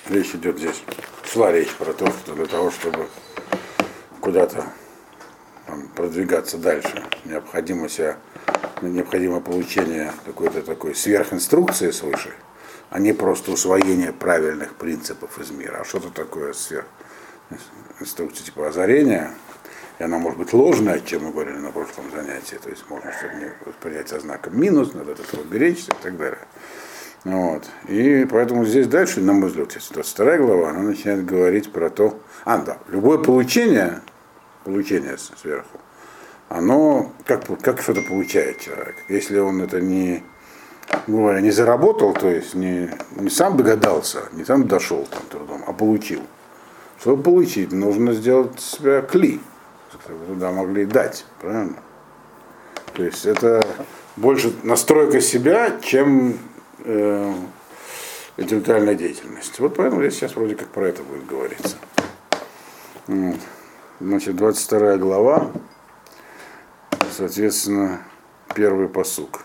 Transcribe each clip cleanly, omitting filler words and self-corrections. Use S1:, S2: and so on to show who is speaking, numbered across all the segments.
S1: Речь идет здесь, шла речь про то, что для того, чтобы куда-то продвигаться дальше, необходимо получение какой-то такой сверхинструкции свыше, а не просто усвоение правильных принципов из мира, а что-то такое сверхинструкция типа озарения. И она может быть ложная, о чем мы говорили на прошлом занятии, то есть можно что-то не воспринять со знаком минус, надо от этого беречься и так далее. Вот. И поэтому здесь дальше, на мой взгляд, 22 глава, она начинает говорить про то, любое получение сверху, оно как что-то получает человек. Если он это не заработал, то есть не сам догадался, не сам дошел там трудом, а получил. Чтобы получить, нужно сделать себя кли, чтобы туда могли дать, правильно? То есть это больше настройка себя, чем интеллектуальная деятельность. Вот поэтому здесь сейчас вроде как про это будет говориться. Вот. Значит, 22 глава, соответственно, первый пасук.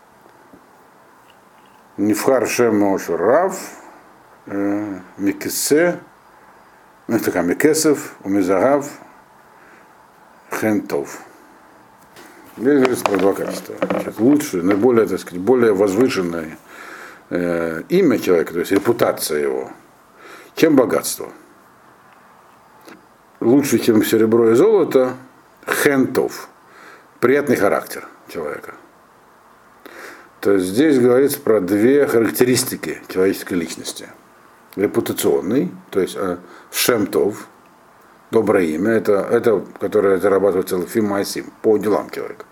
S1: Нифхар Шем Ошур Рав, Микесе, Микесев, Умизагав, Хентов. Здесь говорится про два качества. Лучшее, наиболее, так сказать, более возвышенное имя человека, то есть репутация его, чем богатство. Лучше, чем серебро и золото, хентов, приятный характер человека. То есть здесь говорится про две характеристики человеческой личности. Репутационный, то есть шемтов, доброе имя, это которое зарабатывается фимасим, по делам человека.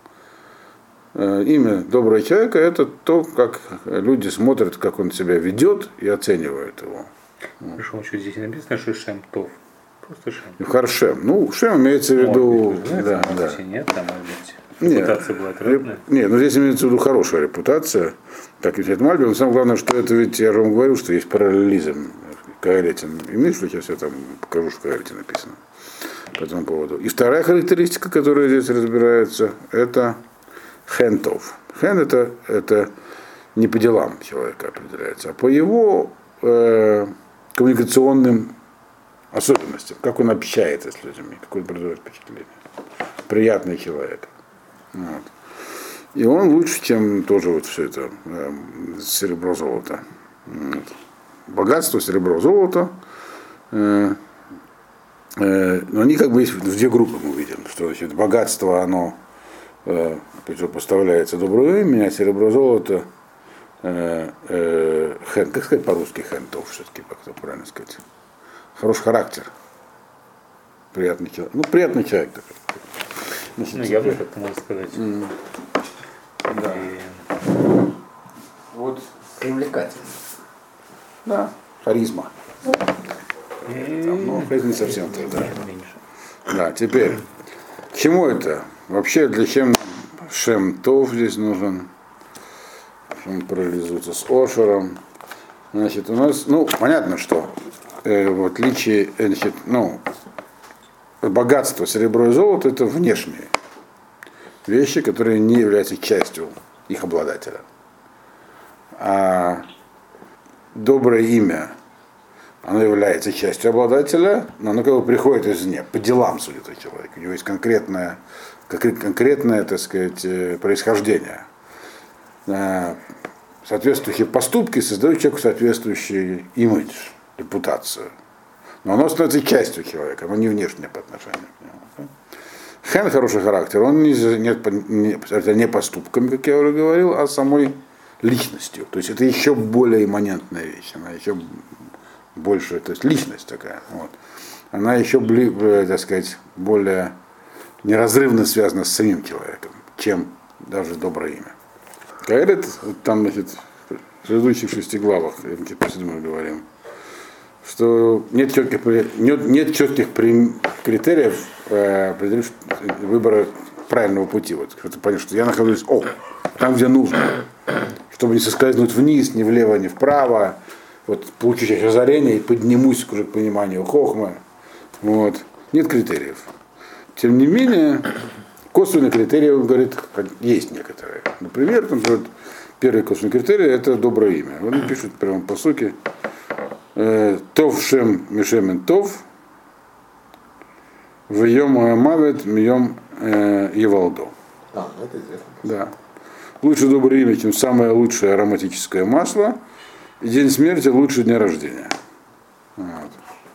S1: Имя доброго человека — это то, как люди смотрят, как он себя ведет и оценивают его.
S2: Причем что здесь не написано, что Шем-Тов. Просто Шем.
S1: Харшем. Ну, Шем имеется в виду.
S2: Да. Нет, там может быть. Репутация была трудная.
S1: Нет, но здесь имеется в виду хорошая репутация. Так ведь это Мальбим. Но самое главное, что это ведь, я же вам говорю, что есть параллелизм. Каэлитин. И Мишлю, сейчас я там покажу, что в Каэлите написано по этому поводу. И вторая характеристика, которая здесь разбирается, это хентов. Хен это не по делам человека определяется, а по его коммуникационным особенностям, как он общается с людьми, какое он производит впечатление. Приятный человек. Вот. И он лучше, чем тоже вот все это серебро-золото. Вот. Богатство, серебро, золото. Но они как бы есть в две группы, мы видим, что значит, богатство, оно поставляется доброе имя, а серебро, золото, хен, как сказать по-русски хентов, все-таки, как-то правильно сказать. Хороший характер. Приятный человек. Ну, приятный человек такой.
S2: Значит, явно как-то можно сказать.
S1: Да. Вот.
S3: Привлекательный.
S1: Да, харизма. Ну, харизма не совсем то, да. Да, теперь, к чему это? Вообще, для чем Шем Тов здесь нужен? Он парализуется с Ошером. Значит, у нас, понятно, что в отличие, богатство, серебро и золото — это внешние вещи, которые не являются частью их обладателя. А доброе имя, оно является частью обладателя, но оно как бы приходит извне, по делам судит этот человек. У него есть конкретное, так сказать, происхождение. Соответствующие поступки создают человеку соответствующий имидж, репутацию. Но оно становится частью человека, оно не внешнее по отношению к нему. Хен хороший характер, он не поступками, как я уже говорил, а самой личностью. То есть это еще более имманентная вещь, она еще больше, то есть личность такая. Вот. Она еще, так сказать, более неразрывно связана с самим человеком, чем даже доброе имя. Каэлит, там, значит, в предыдущих 6 главах, мы говорим, что нет четких критериев выбора правильного пути. Вот, чтобы понять, что я нахожусь там, где нужно, чтобы не соскользнуть вниз, ни влево, ни вправо, вот, получу сейчас озарение и поднимусь уже к пониманию хохма. Вот. Нет критериев. Тем не менее, косвенные критерии, он говорит, есть некоторые. Например, первый косвенный критерий — это доброе имя. Он пишет прямо по сути, Тов Шем Мишемен Тов, в Йом Мавет Мьем Евалдо.
S3: Это известно.
S1: Да. Лучше доброе имя, чем самое лучшее ароматическое масло. И день смерти лучше дня рождения. Вот.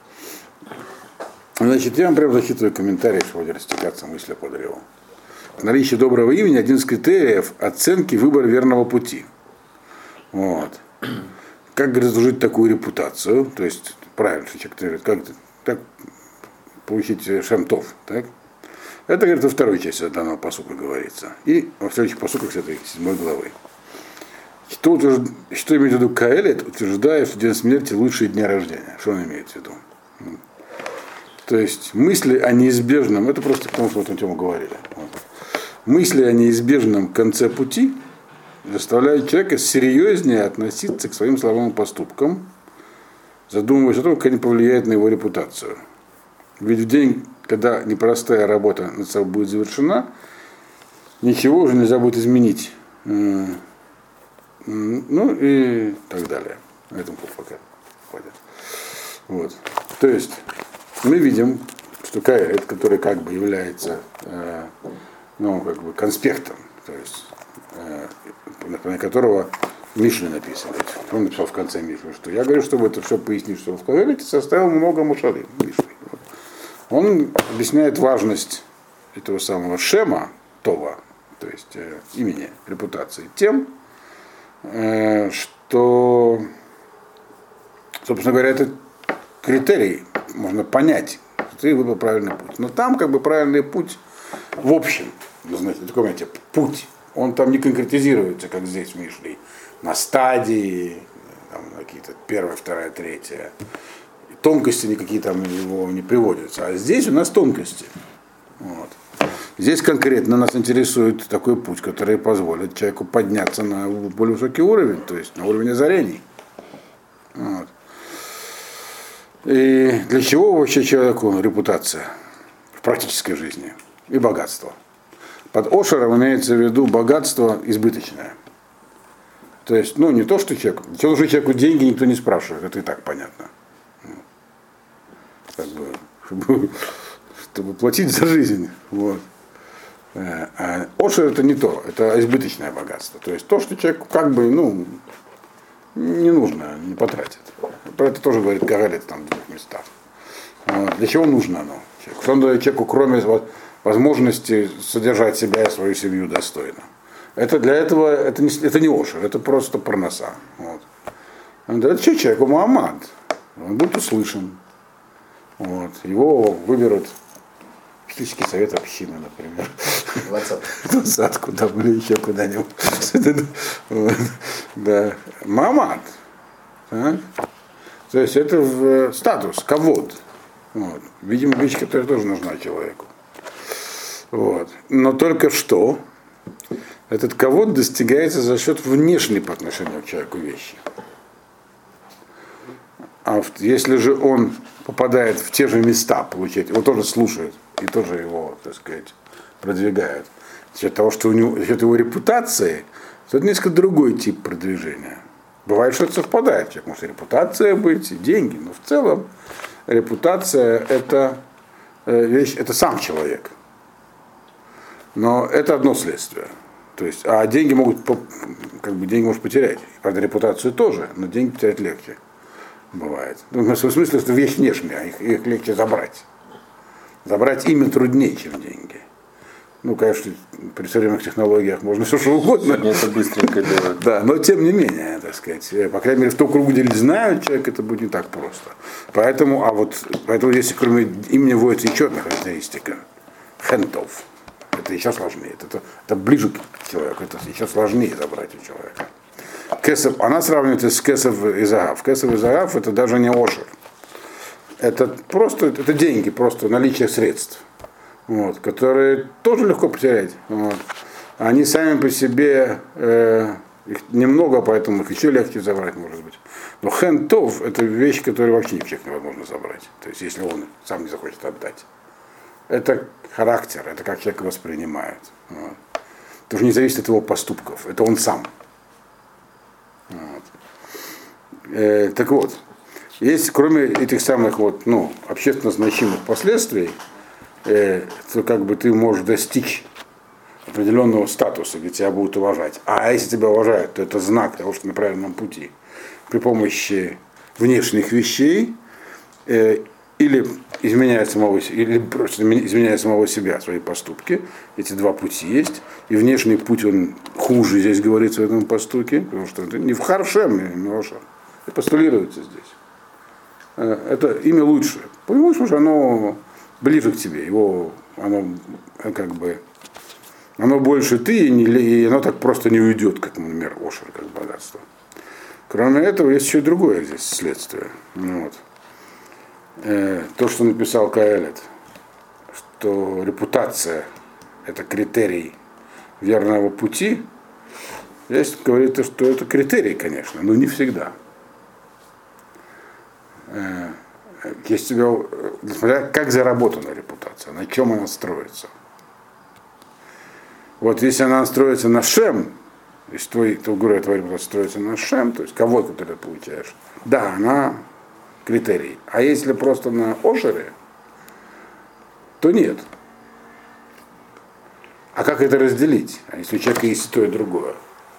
S1: Значит, я вам прям зачитываю комментарий, чтобы растекаться мысли по древу. Наличие доброго имени один из критериев оценки выбора верного пути. Вот. Как, говорит, заслужить такую репутацию, то есть, правильно, что человек говорит, как так получить шемтов, так? Это, говорит, во второй части данного пасука говорится. И во следующих пасуках с этой 7 главы. Что имеет в виду Каэлит, утверждая, что день смерти лучшие дня рождения. Что он имеет в виду? То есть мысли о неизбежном, это просто потому, что мы эту тему говорили. Вот. Мысли о неизбежном конце пути заставляют человека серьезнее относиться к своим словам и поступкам, задумываясь о том, как они повлияют на его репутацию. Ведь в день, когда непростая работа над собой будет завершена, ничего уже нельзя будет изменить. Ну и так далее. На этом пока хватит. Вот. То есть мы видим, что Каэлит, который как бы является конспектом, то есть на которого Мишли написано. Он написал в конце Мишли, что я говорю, чтобы это все пояснить, что в Каэлите составил много мушалим. Он объясняет важность этого самого Шема Това, то есть имени, репутации, тем, что, собственно говоря, это критерий, можно понять, что ты выбрал правильный путь. Но там как бы правильный путь в общем, знаете, такой, знаете, путь, он там не конкретизируется, как здесь в Мишле, на стадии, там, какие-то первая, вторая, третья. Тонкости никакие там его не приводятся. А здесь у нас тонкости. Вот. Здесь конкретно нас интересует такой путь, который позволит человеку подняться на более высокий уровень, то есть на уровень озарений. Вот. И для чего вообще человеку репутация в практической жизни и богатство? Под ошером имеется в виду богатство избыточное. То есть, не то, что человек, что нужны человеку деньги, никто не спрашивает, это и так понятно. Как бы, чтобы платить за жизнь. Вот. А ошер это не то, это избыточное богатство. То есть то, что человеку как бы, не нужно, не потратит. Про это тоже говорит Каэлит там в других местах. Вот. Для чего нужно оно? Что он дает человеку, кроме возможности содержать себя и свою семью достойно? Это для этого, это не ошер, это просто парноса. Вот. Он дает человеку Муаммад, он будет услышан. Вот. Его выберут в Физический совет общины, например. 20-ку, да, или еще куда-нибудь. Да. Муаммад. То есть это статус, ковод. Вот. Видимо, вещь, которая тоже нужна человеку. Вот. Но только что этот ковод достигается за счет внешней по отношению к человеку вещи. А если же он попадает в те же места, получает, его тоже слушают и тоже его, так сказать, продвигают. За счет того, что за счет его репутации, то это несколько другой тип продвижения. Бывает, что это совпадает. Человек может и репутация быть, и деньги, но в целом репутация это вещь, это сам человек. Но это одно следствие. То есть, а деньги могут, деньги можешь потерять. Правда, репутацию тоже, но деньги потерять легче. Бывает. В смысле, что вещь внешняя, а их легче забрать. Забрать имя труднее, чем деньги. Конечно, при современных технологиях можно все что угодно.
S2: Это быстренько делать.
S1: Да, но тем не менее, так сказать, по крайней мере, в том кругу, где знают человек, это будет не так просто. Поэтому, поэтому если кроме имени вводится еще одна характеристика, хентов, это еще сложнее. Это ближе к человеку, это еще сложнее забрать у человека. Кесов, она сравнивается с кесов и загав. Кесов и загав это даже не ошер. Это просто это деньги, просто наличие средств, вот, которые тоже легко потерять. Вот. Они сами по себе их немного, поэтому их еще легче забрать, может быть. Но хентов это вещь, которую вообще никак невозможно забрать. То есть если он сам не захочет отдать. Это характер, это как человек воспринимает. Вот. Это уже не зависит от его поступков, это он сам. Вот. Так вот, Есть, кроме этих самых вот, ну, общественно значимых последствий, то как бы ты можешь достичь определенного статуса, где тебя будут уважать. А если тебя уважают, то это знак того, что ты на правильном пути. При помощи внешних вещей или изменяя самого, или просто изменяя самого себя, свои поступки. Эти два пути есть. И внешний путь, он хуже здесь говорится в этом поступке, потому что это не в Харшем, не в Ошер. Это постулируется здесь. Это имя лучше. Понимаешь, что оно ближе к тебе. Оно как бы оно больше ты, и оно так просто не уйдет, как, например, Ошер, как богатство. Кроме этого, есть еще и другое здесь следствие. Вот. То, что написал Каэлет, что репутация – это критерий верного пути, здесь говорится, что это критерий, конечно, но не всегда. Есть тебя, смотря как заработана репутация, на чем она строится. Вот если она строится на Шем, если твоя репутация строится на Шем, то есть кого ты получаешь, да, она критерий. А если просто на Ошере, то нет. А как это разделить, если у человека есть и то, и другое?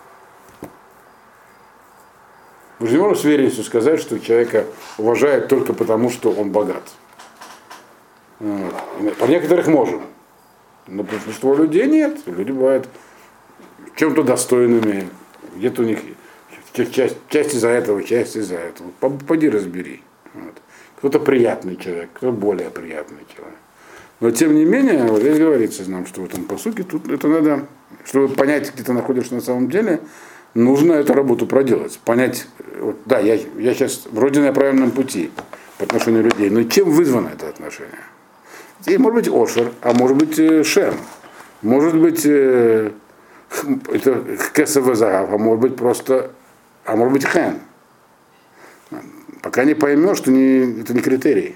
S1: Мы же не можем с уверенностью сказать, что человека уважают только потому, что он богат. Вот. По некоторых можем. Но большинство людей нет. Люди бывают чем-то достойными. Где-то у них часть из-за этого, часть из-за этого. Поди разбери. Вот. Кто-то приятный человек, кто-то более приятный человек. Но тем не менее, вот здесь говорится нам, что в этом посуке тут это надо, чтобы понять, где ты находишься на самом деле, нужно эту работу проделать. Понять, вот, да, я сейчас вроде на правильном пути по отношению людей, но чем вызвано это отношение? И может быть Ошер, а может быть Шем, может быть это Кесов Загав, а может быть просто, а может быть Хен. Пока не поймешь, что это не критерий.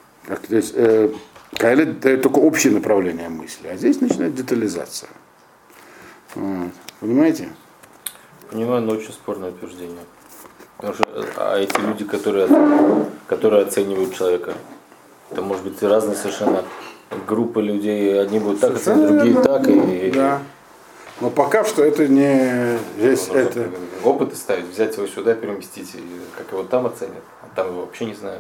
S1: Каэлет дает только общее направление мысли, а здесь начинает детализация. Вот. Понимаете?
S3: Понимаю, но очень спорное утверждение. Потому что эти люди, которые оценивают человека, это может быть разные совершенно группы людей, одни будут так оценивать, другие так.
S1: Да. Но пока что это не здесь это.
S3: Опыты ставить, взять его сюда, переместить, и как его там оценят, а там его вообще не знают.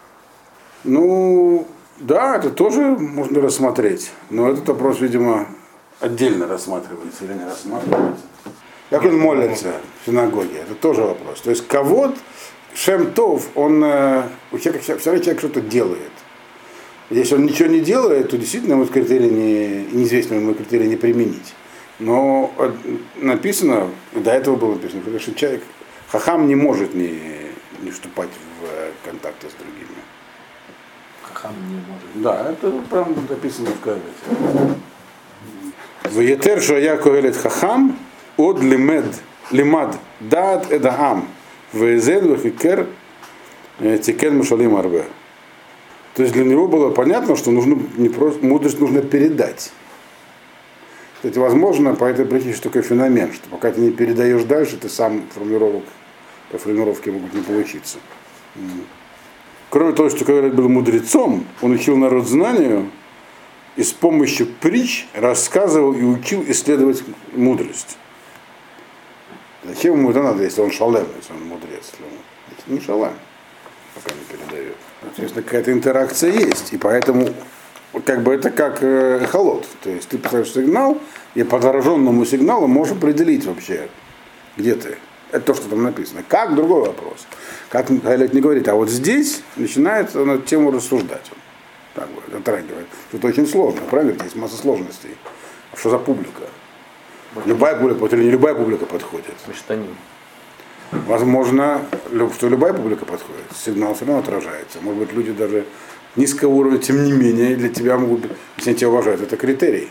S1: Ну, да, это тоже можно рассмотреть. Но этот вопрос, видимо, отдельно рассматривается или не рассматривается. Как он молится в синагоге, это тоже вопрос. То есть кого Шем Тов, он у человека, всегда человек что-то делает. Если он ничего не делает, то действительно ему критерий неизвестно ему критерий не применить. Но написано, до этого было написано, что человек, хахам не может не вступать в контакты с другими.
S3: Хахам не может.
S1: Да, это прям написано в Каэлете. Ваетер шая Коэлет хахам от лимад дат эдаам везен вехикер тикен мушалим арбе. То есть для него было понятно, что нужно не просто, мудрость нужно передать. Кстати, возможно, по этой причине что такой феномен, что пока ты не передаешь дальше, ты сам по формулировке могут не получиться. Кроме того, что Каэлет был мудрецом, он учил народ знанию и с помощью притч рассказывал и учил исследовать мудрость. Зачем ему это надо, если он шалем, если он мудрец? Это не шалем, пока не передает. Соответственно, какая-то интеракция есть, и поэтому как бы это как эхолот. То есть ты посылаешь сигнал, и по отраженному сигналу можешь определить вообще, где ты. Это то, что там написано. Как, другой вопрос. Как Каэлет не говорит, а вот здесь начинает он эту тему рассуждать. Он так вот затрагивает. Это очень сложно, правильно? Есть масса сложностей. А что за публика? Любая публика или не любая публика подходит.
S3: Мештаним.
S1: Возможно, что любая публика подходит. Сигнал все равно отражается. Может быть, люди даже низкого уровня, тем не менее, для тебя могут быть, если они тебя уважают, это критерий.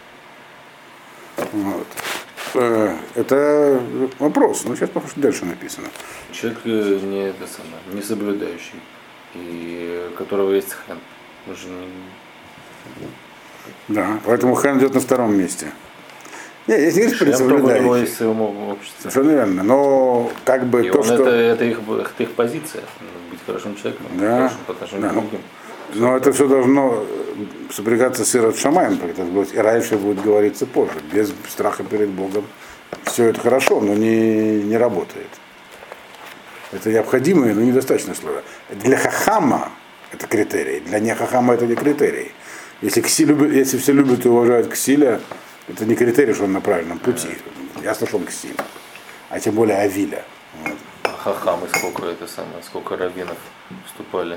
S1: Вот. Это вопрос. Ну, сейчас похоже, дальше написано.
S3: Человек не соблюдающий, и у которого есть хэн. Мы же не...
S1: Да, поэтому хэн идет на втором месте. Не, я не говорю про
S3: Шем Тов у него
S1: соблюдающих.
S3: есть в своем обществе.
S1: Совершенно верно. Но как бы
S3: И
S1: то,
S3: он,
S1: что...
S3: это их позиция. Быть хорошим человеком,
S1: Да.
S3: хорошим по отношению
S1: Да,
S3: к другим.
S1: Но это все должно сопрягаться с Ират Шамаем, и раньше будет говориться позже. Без страха перед Богом все это хорошо, но не работает. Это необходимые, но недостаточные условия. Для хахама это критерий, для нехахама это не критерий. Если все любят и уважают Ксиля, это не критерий, что он на правильном пути. Ясно, что он Ксиль. А тем более Авиля. Вот.
S3: А хахамы сколько раввинов вступали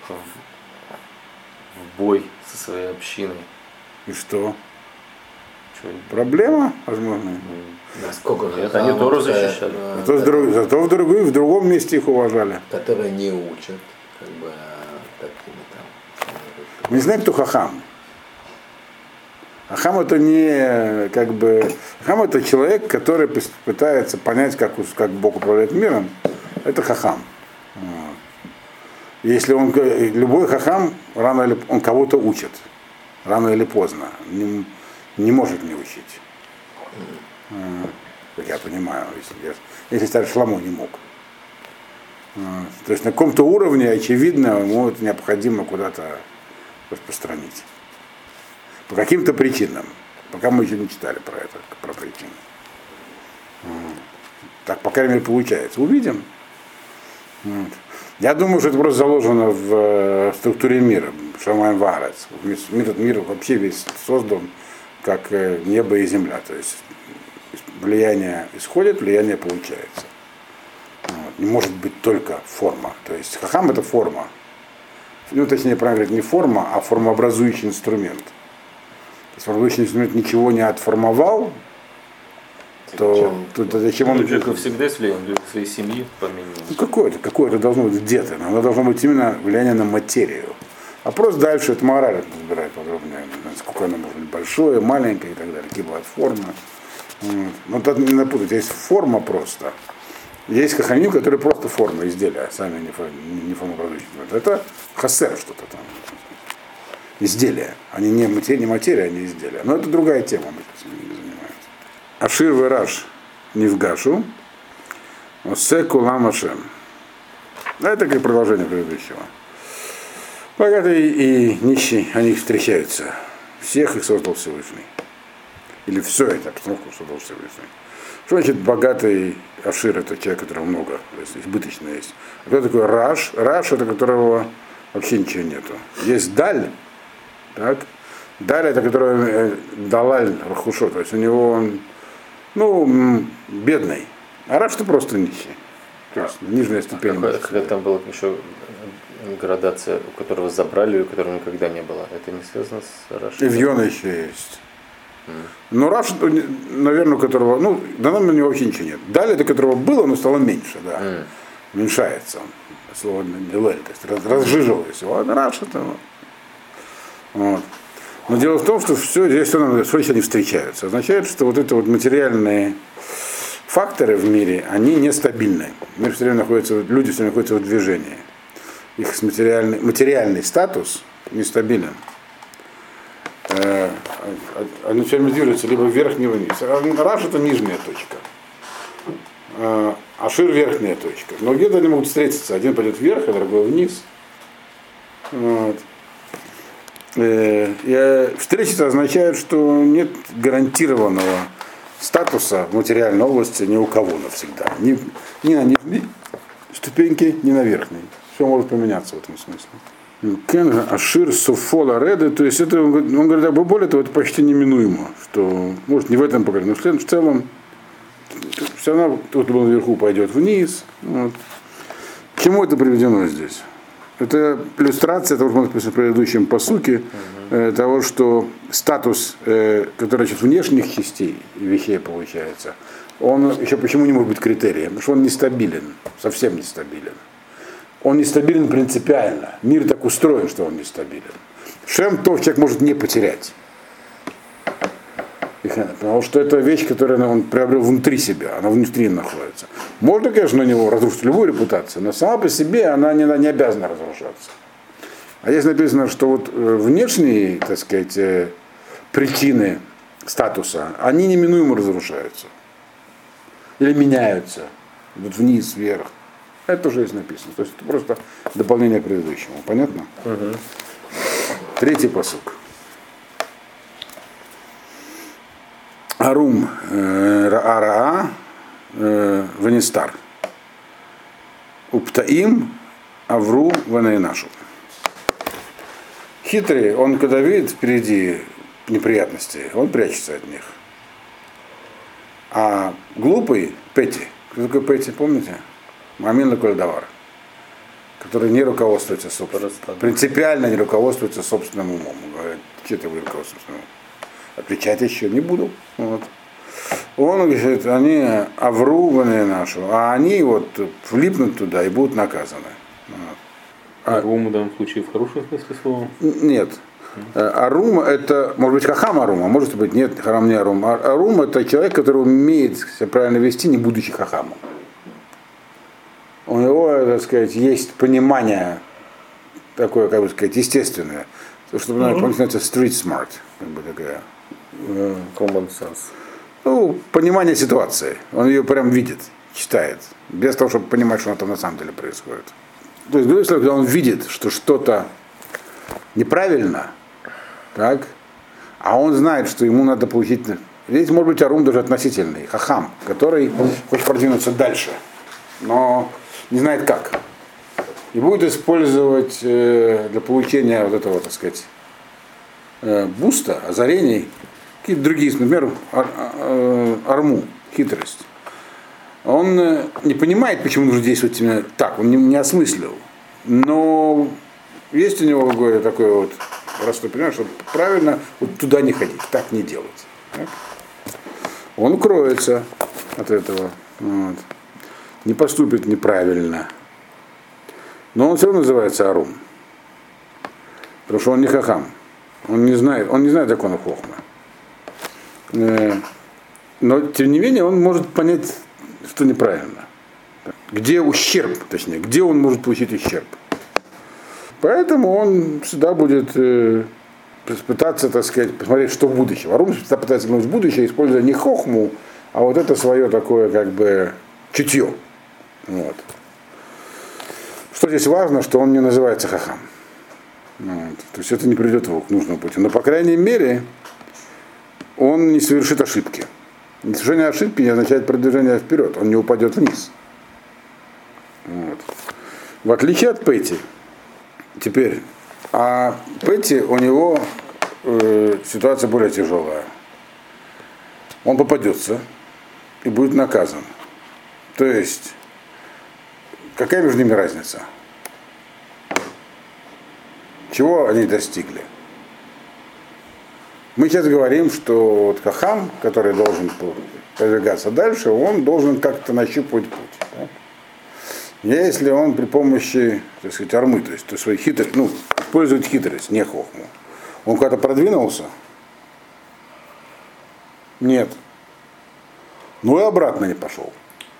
S3: в бой со своей общиной.
S1: И что?
S3: Чего?
S1: Проблема, возможно.
S4: Насколько
S3: Нет, они Тору защищали.
S1: Зато в другом месте их уважали.
S4: которые не учат, как бы такими там.
S1: Не знаю, кто хахам. Хахам это не как бы. Хахам это человек, который пытается понять, как Бог управляет миром. Это хахам. Вот. Если любой хахам рано или он кого-то учит, рано или поздно, не может не учить. Как я понимаю, если старый Шламо не мог. То есть на каком-то уровне, очевидно, ему это необходимо куда-то распространить. По каким-то причинам. Пока мы еще не читали про это, про причины. Так, по крайней мере, получается. Увидим. Вот. Я думаю, что это просто заложено в структуре мира. Шамаем Варец. Этот мир вообще весь создан как небо и земля. То есть влияние исходит, влияние получается. Вот. Не может быть только форма. То есть хахам это форма. Ну, точнее, правильно говорить, не форма, а формообразующий инструмент. То есть формообразующий инструмент ничего не отформовал, то зачем он...
S3: Человек всегда есть влияние своей семьи по минимуму.
S1: Ну, какое-то должно быть где-то, но оно должно быть именно влияние на материю. А просто дальше это мораль разбирает подробнее, сколько оно может быть большое, маленькое и так далее, какие бывают формы. Но тут не напутать, есть форма просто. Есть хахамим, которые просто форма изделия, сами не формообразующие. Это хасер что-то там. Изделия. Они не материя, они изделия. Но это другая тема, мы сейчас не занимаемся. Ашир выраж нивгашу, осе кулам ашем. Это как продолжение предыдущего. Богатый и нищий, они встречаются. Всех их создал Всевышний. Или все это обстановку создал Всевышний. Что значит богатый Ашир? Это человек, которого много, то есть избыточно есть. А кто такой Раш? Раш это которого вообще ничего нету. Есть Даль, так? Даль это которого Далаль Рахушо, то есть у него он, бедный. А Раш это просто нищий. То есть нижняя ступень.
S3: Когда там была еще градация, у которого забрали, у которого никогда не было. Это не связано с Рашем?
S1: Эвьона еще есть. Но Раш, наверное, у которого, на него вообще ничего нет. Далее, до которого было, но стало меньше, да. Уменьшается он. Слово Лель, то есть разжиживалось его. А Раш это. Вот. Но дело в том, что все здесь они встречаются. Означает, что вот это вот материальные факторы в мире, они нестабильны. Мир все время находится, люди все время находятся в движении. Их материальный статус нестабилен. Они все время движутся либо вверх, либо вниз. Раш это нижняя точка. Ашир верхняя точка. Но где-то они могут встретиться. Один пойдет вверх, а другой вниз. Вот. И встретиться означает, что нет гарантированного статуса в материальной области ни у кого навсегда. Ни на нижней ступеньке, ни на верхней. Все может поменяться в этом смысле. Кен Ашир Софола Реды, то есть это, он говорит, более того, это почти неминуемо, что, может, не в этом поколении, но в целом все равно тот, кто был наверху, пойдет вниз. Вот. К чему это приведено здесь? Это иллюстрация того, что мы написали в предыдущем пасуке, того, что статус, который от внешних частей вещей получается, он еще почему не может быть критерием? Потому что он нестабилен, совсем нестабилен. Он нестабилен принципиально. Мир так устроен, что он нестабилен. Шем Тов человек может не потерять. Потому что это вещь, которую он приобрел внутри себя, она внутри находится. Можно, конечно, на него разрушить любую репутацию, но сама по себе она не обязана разрушаться. А здесь написано, что вот внешние, так сказать, причины статуса, они неминуемо разрушаются. Или меняются. Вот вниз, вверх. Это уже есть написано. То есть это просто дополнение к предыдущему. Понятно?
S3: Угу.
S1: Третий пасук. Арум Раа Венистар. Уптаим Авру Ванайнашу. Хитрый, он когда видит впереди неприятности, он прячется от них. А глупый Пети, кто такой Пети, помните? Мамин Кольдавар, который не руководствуется собственным, принципиально не руководствуется собственным умом. Говорит, что ты руководствуешься собственным умом? Отвечать еще не буду. Вот. Он говорит, они Авру нашу, а они вот влипнут туда и будут наказаны. Вот.
S2: Арум в данном случае в хорошем смысле слова?
S1: Нет. Арум это, может быть, хахам Арум, а может быть, нет, харам не Арум. Арум это человек, который умеет себя правильно вести, не будучи хахамом. У него, так сказать, есть понимание такое, как бы сказать, естественное. Что называется street smart, как бы такая.
S3: Common sense.
S1: Ну, понимание ситуации. Он ее прям видит, читает, без того, чтобы понимать, что там на самом деле происходит. То есть, другое слово, когда он видит, что что-то неправильно, так, а он знает, что ему надо получить. Здесь может быть арум даже относительный, хахам, который хочет продвинуться дальше, но не знает как. И будет использовать для получения вот этого, так сказать, буста, озарений, какие-то другие, например, арму, хитрость. Он не понимает, почему нужно действовать именно так, он не осмыслил. Но есть у него какое-то такое вот простое понимание, что правильно вот туда не ходить, так не делать. Так? Он укроется от этого. Вот. Не поступит неправильно. Но он все равно называется арум. Потому что он не хахам. Он не знает законов хохмы. Но, тем не менее, он может понять, что неправильно. Где ущерб, точнее, где он может получить ущерб. Поэтому он всегда будет пытаться, так сказать, посмотреть, что в будущем. Арум всегда пытается глянуть в будущее, используя не хохму, а вот это свое такое, как бы, чутье. Вот. Что здесь важно, что он не называется хахам. Вот. То есть это не приведет его к нужному пути. Но, по крайней мере, он не совершит ошибки. Несовершение ошибки не означает продвижение вперед, он не упадет вниз. Вот. В отличие от Пэти, теперь, а Пэти у него ситуация более тяжелая. Он попадется и будет наказан. То есть, какая между ними разница? Чего они достигли? Мы сейчас говорим, что вот хахам, который должен продвигаться дальше, он должен как-то нащупывать путь. Да? Если он при помощи, так сказать, армы, то есть своей хитрость, использует хитрость, не хохму, он куда-то продвинулся? Нет. Ну и обратно не пошел.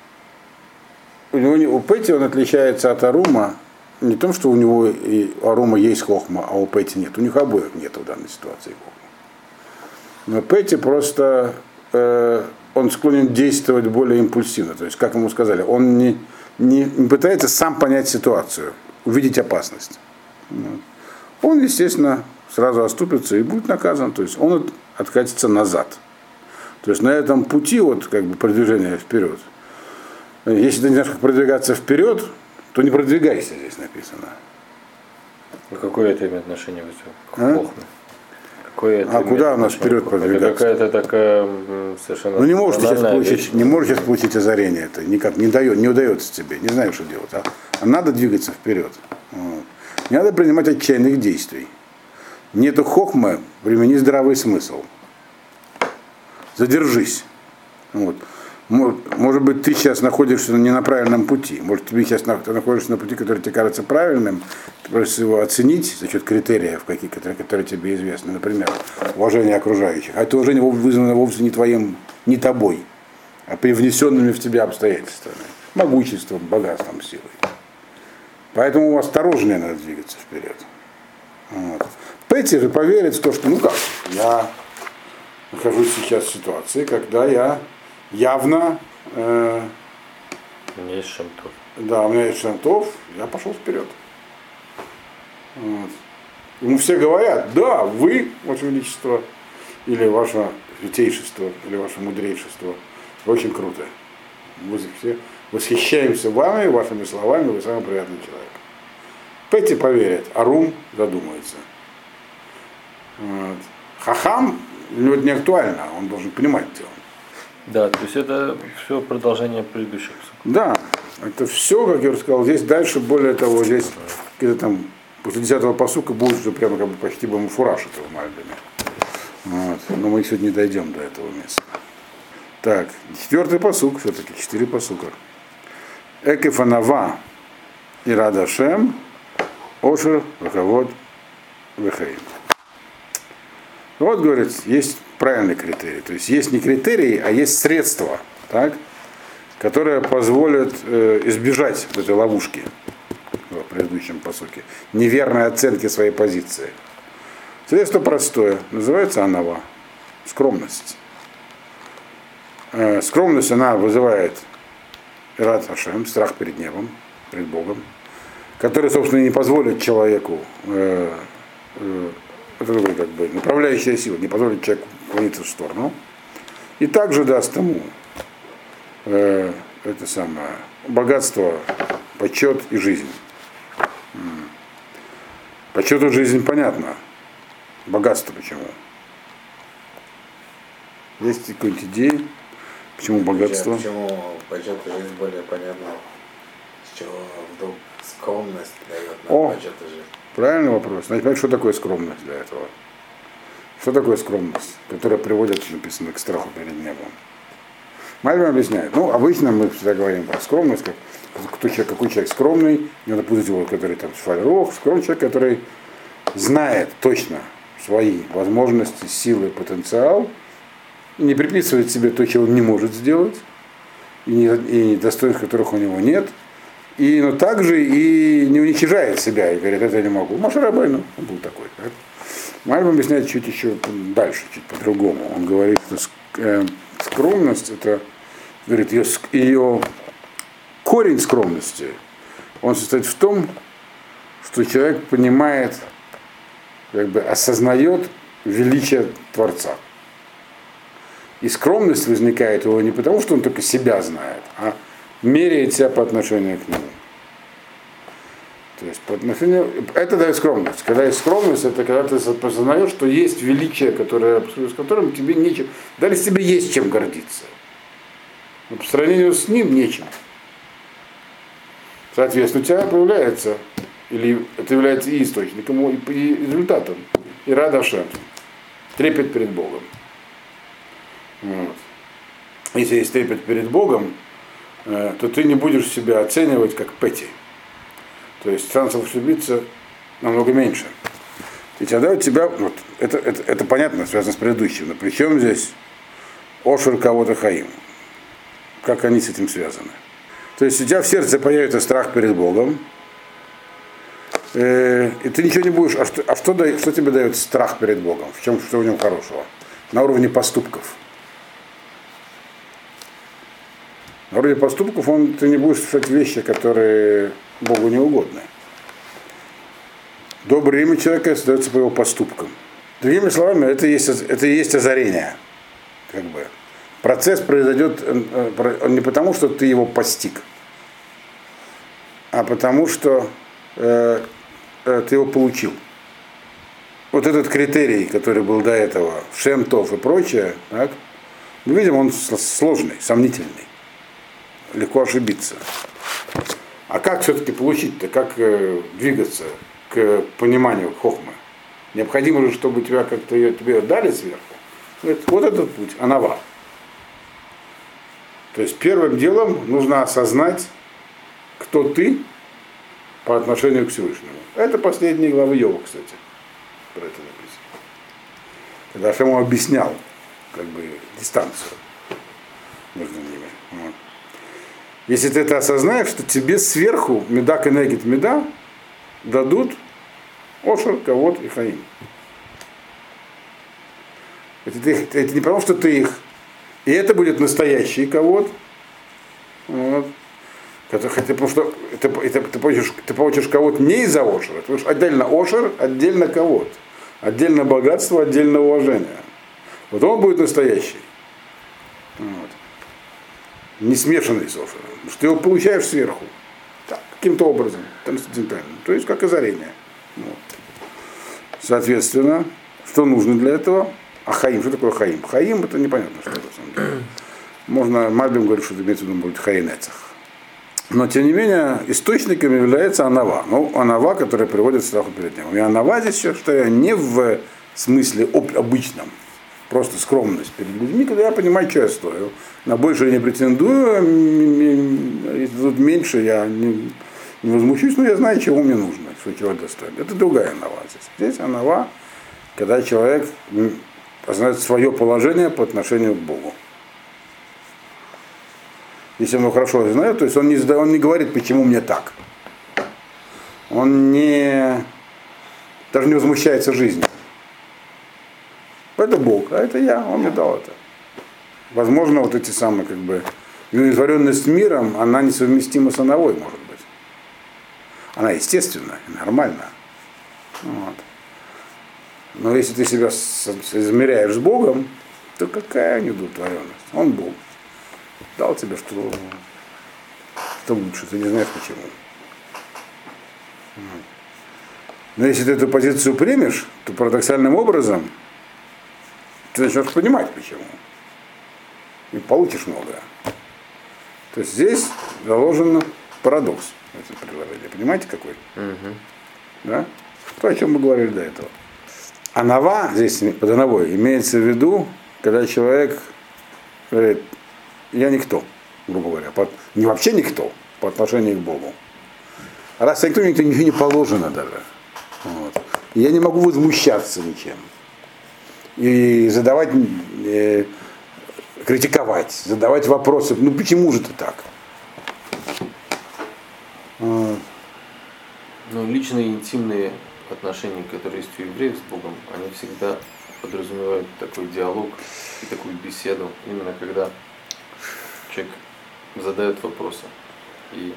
S1: У Пэти он отличается от Арума не том, что у него и у Арума есть хохма, а у Пэти нет. У них обоих нет в данной ситуации хохма. Но Пэти просто он склонен действовать более импульсивно. То есть, как ему сказали, он не пытается сам понять ситуацию, увидеть опасность. Он, естественно, сразу оступится и будет наказан. То есть он откатится назад. То есть на этом пути вот, как бы, продвижения вперед. Если ты не знаешь, как продвигаться вперед, то не продвигайся, здесь написано.
S3: А какое это имеет отношение к хохме?
S1: Куда у нас вперед продвигаться?
S3: Это какая-то такая совершенно.
S1: Ну не можешь сейчас получить озарение, это никак не удается тебе, не знаешь, что делать. А надо двигаться вперед. Вот. Не надо принимать отчаянных действий. Нету хохмы, примени здравый смысл. Задержись. Вот. Может быть, ты сейчас находишься не на правильном пути. Может, ты сейчас находишься на пути, который тебе кажется правильным. Ты просишь его оценить за счет критериев, которые тебе известны. Например, уважение окружающих. А это уважение вызвано вовсе не тобой, а привнесенными в тебя обстоятельствами. Могуществом, богатством, силой. Поэтому осторожнее надо двигаться вперед. Вот. Пэти же поверит в то, что я нахожусь сейчас в ситуации, когда я явно,
S3: У меня есть шамтов.
S1: да, у меня есть шантов, я пошел вперед. Вот. Ему все говорят, да, вы, Ваше Величество, или Ваше Святейшество, или Ваше Мудрейшество, очень круто. Мы все восхищаемся вами, вашими словами, вы самый приятный человек. Петти поверит, а Рум задумается. Вот. Хахам, для него это не актуально, он должен понимать дело.
S3: Да, то есть это все продолжение предыдущих.
S1: Да, это все, как я уже сказал, здесь дальше, более того, здесь где-то там после 10-го пасука будет уже прямо как бы почти бы фураж этого Мальбима. Вот. Но мы сегодня не дойдем до этого места. Так, 4-й пасук, все-таки 4 пасука. Экефанава и Радашем, Ошер, Вахавод, Вехаим. Вот, говорит, есть правильный критерий. То есть есть не критерий, а есть средства, так, которые позволят избежать вот этой ловушки в предыдущем пасуке, неверной оценки своей позиции. Средство простое, называется анава, скромность. Скромность, она вызывает ират Ашем, страх перед небом, перед Богом, который, собственно, не позволит человеку, это такой, как бы, направляющая сила, не позволит человеку клониться в сторону, и также даст ему это самое богатство, почет и жизнь. Почет и жизнь понятно. Богатство почему? Есть какие-нибудь идеи? Почему богатство?
S4: Почему почет и жизнь более понятно? С чего вдруг скромность дает нам почет и жизнь?
S1: Правильный вопрос. Надо понять, что такое скромность для этого. Что такое скромность, которая приводит, написано, к страху перед небом? Мальбим объясняет. Ну, обычно мы всегда говорим про скромность, как какой человек скромный, не надо путать его, который там швальрох, скромный человек, который знает точно свои возможности, силы, потенциал, и не приписывает себе то, чего он не может сделать, и достоинств, которых у него нет, но также и не уничижает себя и говорит, это я не могу. Моше Рабейну он был такой. Так? Мальбим объясняет чуть еще дальше, чуть по-другому. Он говорит, что скромность, это, говорит, ее корень скромности, он состоит в том, что человек понимает, как бы осознает величие Творца. И скромность возникает у него не потому, что он только себя знает, а меряет себя по отношению к нему. То есть по отношению... Это дает скромность. Когда есть скромность, это когда ты осознаешь, что есть величие, с которым тебе нечем... Даже тебе есть чем гордиться. Но по сравнению с ним нечем. Соответственно, у тебя появляется, или это является и источником, и результатом, и радашем, трепет перед Богом. Вот. Если есть трепет перед Богом, то ты не будешь себя оценивать как Петти. То есть шансов ошибиться намного меньше. И тогда у тебя, вот, это понятно, связано с предыдущим, но при чем здесь Ошер кого-то Хаим? Как они с этим связаны? То есть у тебя в сердце появится страх перед Богом, и ты ничего не будешь. А что тебе дает страх перед Богом? Что в нем хорошего? На уровне поступков. На уровне поступков ты не будешь совершать вещи, которые Богу не угодны. Доброе имя человека создается по его поступкам. Другими словами, это и есть озарение. Как бы. Процесс произойдет не потому, что ты его постиг, а потому, что ты его получил. Вот этот критерий, который был до этого, Шем-Тов и прочее, так, мы видим, он сложный, сомнительный. Легко ошибиться. А как все-таки получить-то, как двигаться к пониманию хохмы? Необходимо же, чтобы тебя как-то тебе дали сверху. Вот этот путь, анава. То есть первым делом нужно осознать, кто ты по отношению к Всевышнему. Это последние главы Йова, кстати. Про это написано. Когда Ашем объяснял, как бы, дистанцию между ними. Вот. Если ты это осознаешь, что тебе сверху меда кенегит меда дадут Ошер, Кавод и Хаим. Это не потому, что ты их. И это будет настоящий кого-то. Вот. Потому что ты получишь кого-то не из-за ошера. Потому что отдельно ошер, отдельно кого-то. Отдельно богатство, отдельно уважение. Вот он будет настоящий. Вот. Не смешанный с ошером. Потому что ты его получаешь сверху. Так, каким-то образом. Трансцендентально. То есть как озарение. Вот. Соответственно, что нужно для этого? А хаим, что такое хаим? Хаим это непонятно, что это на самом деле. Можно, Мальбим говорит, что это имеется в виду будет хаинецах. Но тем не менее, источником является анава. Ну, анава, которая приводит к страху перед ним. И анава здесь, что я не в смысле обычном, просто скромность перед людьми, когда я понимаю, что я стою. На больше я не претендую, если тут меньше, я не возмущусь, но я знаю, чего мне нужно, что чего достоин. Это другая анава здесь. Здесь анава, когда человек познает свое положение по отношению к Богу. Если он его хорошо знает, то есть он не говорит, почему мне так. Он даже не возмущается жизнью. Это Бог, а это я, он мне дал это. Возможно, вот эти самые, неудовлетворенность миром, она несовместима с ановой, может быть. Она естественна, нормальна. Вот. Но если ты себя измеряешь с Богом, то какая неудовлетворенность? Он Бог. Дал тебе, что лучше, ты не знаешь почему. Но если ты эту позицию примешь, то парадоксальным образом ты начнешь понимать почему. И получишь многое. То есть здесь заложен парадокс. Это предложение. Понимаете какой? Да? То, о чем мы говорили до этого. Анава, здесь под ановой, имеется в виду, когда человек говорит, я никто, грубо говоря, не вообще никто по отношению к Богу. Раз я никто ничего не положено даже. Вот. Я не могу возмущаться ничем. И задавать, критиковать, задавать вопросы. Ну почему же ты так?
S3: Ну, личные интимные отношения, которые есть у евреев с Богом, они всегда подразумевают такой диалог и такую беседу, именно когда человек задает вопросы. И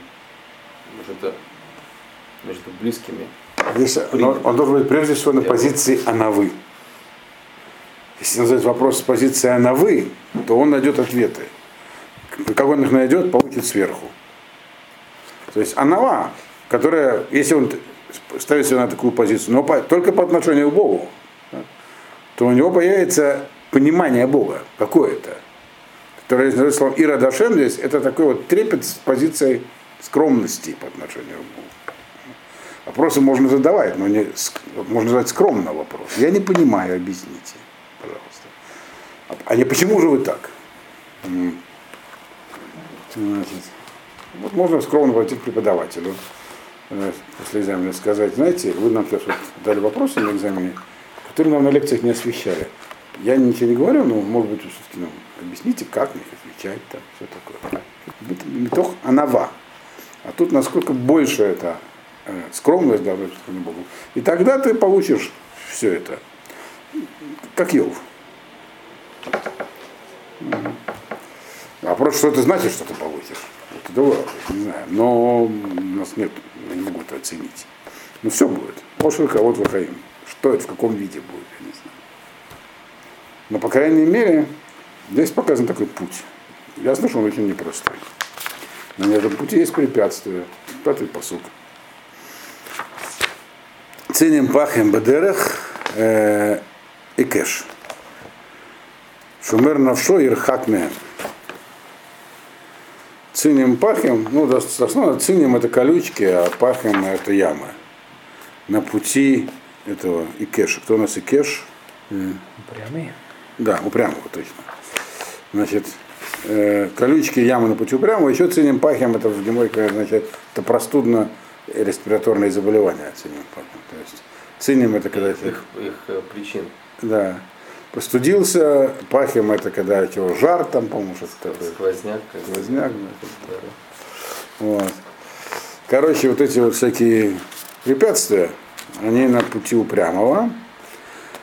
S3: между близкими.
S1: Здесь он должен быть прежде всего на позиции анавы. Если он задает вопрос с позиции анавы, то он найдет ответы. Как он их найдет, получит сверху. То есть анава, которая, если он ставит себя на такую позицию, но только по отношению к Богу, то у него появится понимание Бога какое-то. Которое называется словом Ира Дашем здесь, это такой вот трепет с позицией скромности по отношению к Богу. Вопросы можно задавать, но можно задать скромно вопрос. Я не понимаю, объясните, пожалуйста. А не почему же вы так? Значит, вот можно скромно пойти к преподавателю после экзамена сказать, знаете, вы нам сейчас вот дали вопросы на экзамене, которые нам на лекциях не освещали. Я ничего не говорю, но, может быть, все-таки объясните, как на них отвечать, там, все такое. Метох анава. А тут насколько больше это скромность, да, Богу. И тогда ты получишь все это. Как Йов. Вопрос, что это значит, что ты получишь. Это другое, не знаю. Но у нас нет, я не могу это оценить. Но все будет. Ошер кого-то выходим. Что это, в каком виде будет, я не знаю. Но, по крайней мере, здесь показан такой путь. Ясно, что он очень непростой. Но на этом пути есть препятствия. 5-й пасук. Циним пахем бедерах и кэш. Шумер навшо ирхак меем. Циним пахем, ну, основно циним это колючки, а пахем это ямы. На пути этого икеша. Кто у нас икеш?
S2: Упрямый.
S1: Да, упрямого точно. Значит, колючки, ямы на пути упрямого. Еще циним пахем, это в геморке, значит, это простудно-респираторные заболевания. Циним пахем. То есть циним это когда
S3: их причин.
S1: Да. Простудился, пахем это когда у тебя жар там, по-моему, что-то такое.
S3: Сквозняк.
S1: Сквозняк, да. Вот. Короче, вот эти вот всякие препятствия, они на пути упрямого.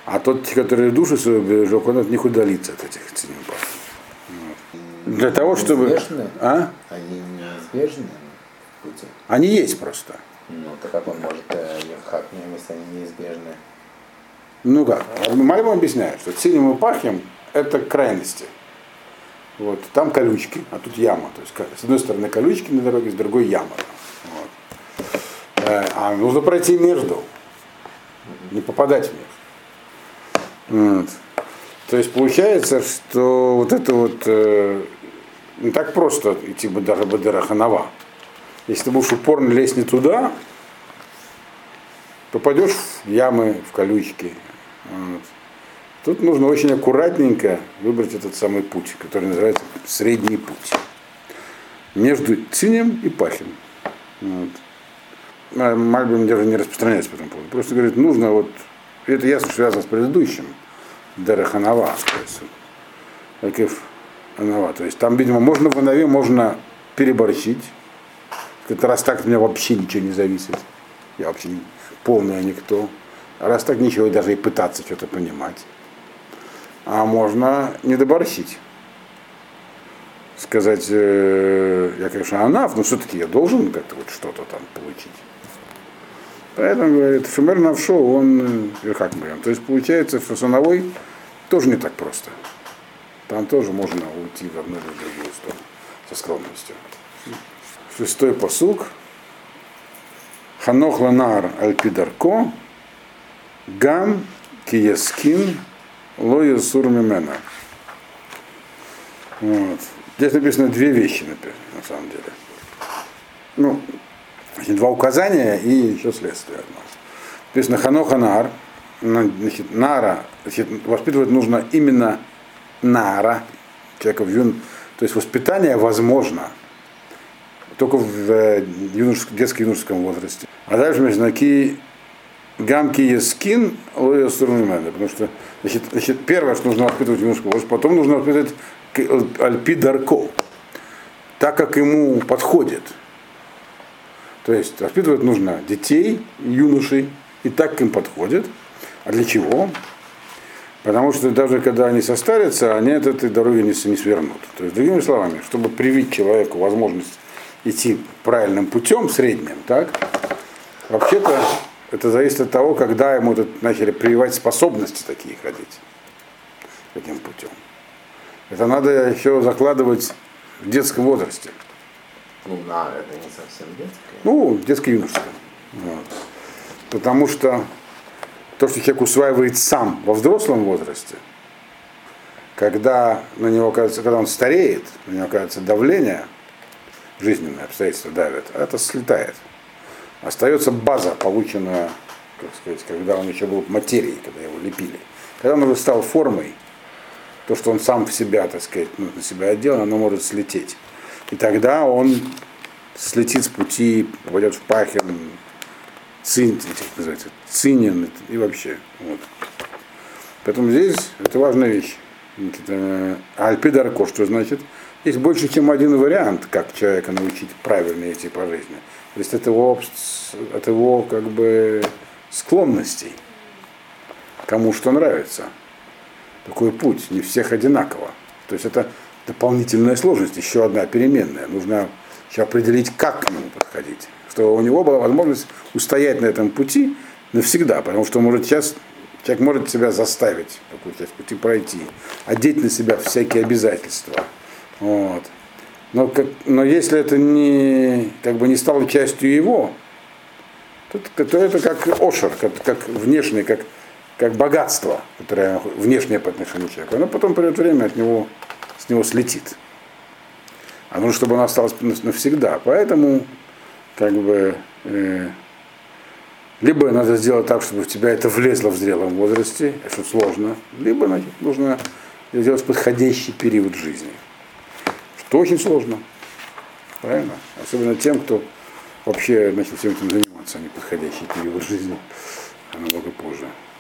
S1: А тот, который душу свою бережет, он от них удалится, от этих циним пахим. Вот. Для того, чтобы...
S4: Неизбежны?
S1: А?
S4: Они неизбежны в пути.
S1: Они есть просто.
S4: Ну, так как он может их хакнуть, если они неизбежны?
S1: Ну как, Мальбим объясняет, что циним и пахим это крайности. Вот, там колючки, а тут яма. То есть с одной стороны колючки на дороге, с другой яма. Вот. А нужно пройти между, не попадать в них. Вот. То есть получается, что вот это вот не так просто идти даже Бадера Ханава. Если ты будешь упорно лезть не туда, попадешь в ямы, в колючки. Вот. Тут нужно очень аккуратненько выбрать этот самый путь, который называется средний путь. Между цинем и пахим. Вот. Мальбим даже не распространяется по этому поводу. Просто говорит, нужно вот, это ясно связано с предыдущим, Дереханава, то есть там, видимо, можно в Анаве, можно переборщить. Раз так от меня вообще ничего не зависит. Я вообще полный никто. А раз так ничего, даже и пытаться что-то понимать. А можно не доборщить. Сказать, я, конечно, Анав, но все-таки я должен как-то вот что-то там получить. Поэтому, говорит, Шумер Навшо, он, как мы говорим, то есть получается, что с Анавой тоже не так просто. Там тоже можно уйти в одну или в другую сторону со скромностью. 6-й пасук. Ханох ланар аль-пидарко, гам кияскин ло ясур мимена. Вот. Здесь написано две вещи, на самом деле. Ну, значит, два указания и еще следствие одно. Написано Ханоха Нар, значит, Нара, значит, воспитывать нужно именно Нара, человека в то есть воспитание возможно только в детско-юношеском возрасте. А дальше знаки гамки ескин лоя сурмимена, потому что значит, первое, что нужно воспитывать в юношеском возрасте, потом нужно воспитывать альпи дарко, так как ему подходит. То есть воспитывать нужно детей, юношей, и так как им подходит. А для чего? Потому что даже когда они состарятся, они от этой дороги не свернут. То есть, другими словами, чтобы привить человеку возможность идти правильным путем, средним, так, вообще-то это зависит от того, когда ему начали прививать способности такие ходить таким путем. Это надо еще закладывать в детском возрасте.
S4: Ну, да, это не совсем детское.
S1: Ну, детско-юношеском. Вот. Потому что то, что человек усваивает сам во взрослом возрасте, когда на него кажется, когда он стареет, на него кажется давление, жизненные обстоятельства давят, это слетает. Остается база, полученная, как сказать, когда он еще был материей, когда его лепили. Когда он уже стал формой, то, что он сам в себя, так сказать, на себя одел, оно может слететь. И тогда он слетит с пути, попадет в пахин, цинин и вообще. Вот. Поэтому здесь это важная вещь. Альпидарко, что значит? Есть больше, чем один вариант, как человека научить правильно идти по жизни. То есть от его как бы склонностей, кому что нравится. Такой путь, не всех одинаково. То есть это дополнительная сложность, еще одна переменная. Нужно еще определить, как к нему подходить. Чтобы у него была возможность устоять на этом пути навсегда. Потому что человек может себя заставить такую часть пути пройти, одеть на себя всякие обязательства. Вот. Но если это не стало частью его, то это как ошер, как внешнее, как богатство, которое внешнее по отношению к человеку. Оно потом придет время, с него слетит. А нужно, чтобы оно осталось навсегда. Поэтому либо надо сделать так, чтобы в тебя это влезло в зрелом возрасте, что сложно, либо нужно сделать подходящий период жизни. Что очень сложно. Правильно? Особенно тем, кто вообще начал всем этим заниматься, а не подходящий период жизни, а намного позже.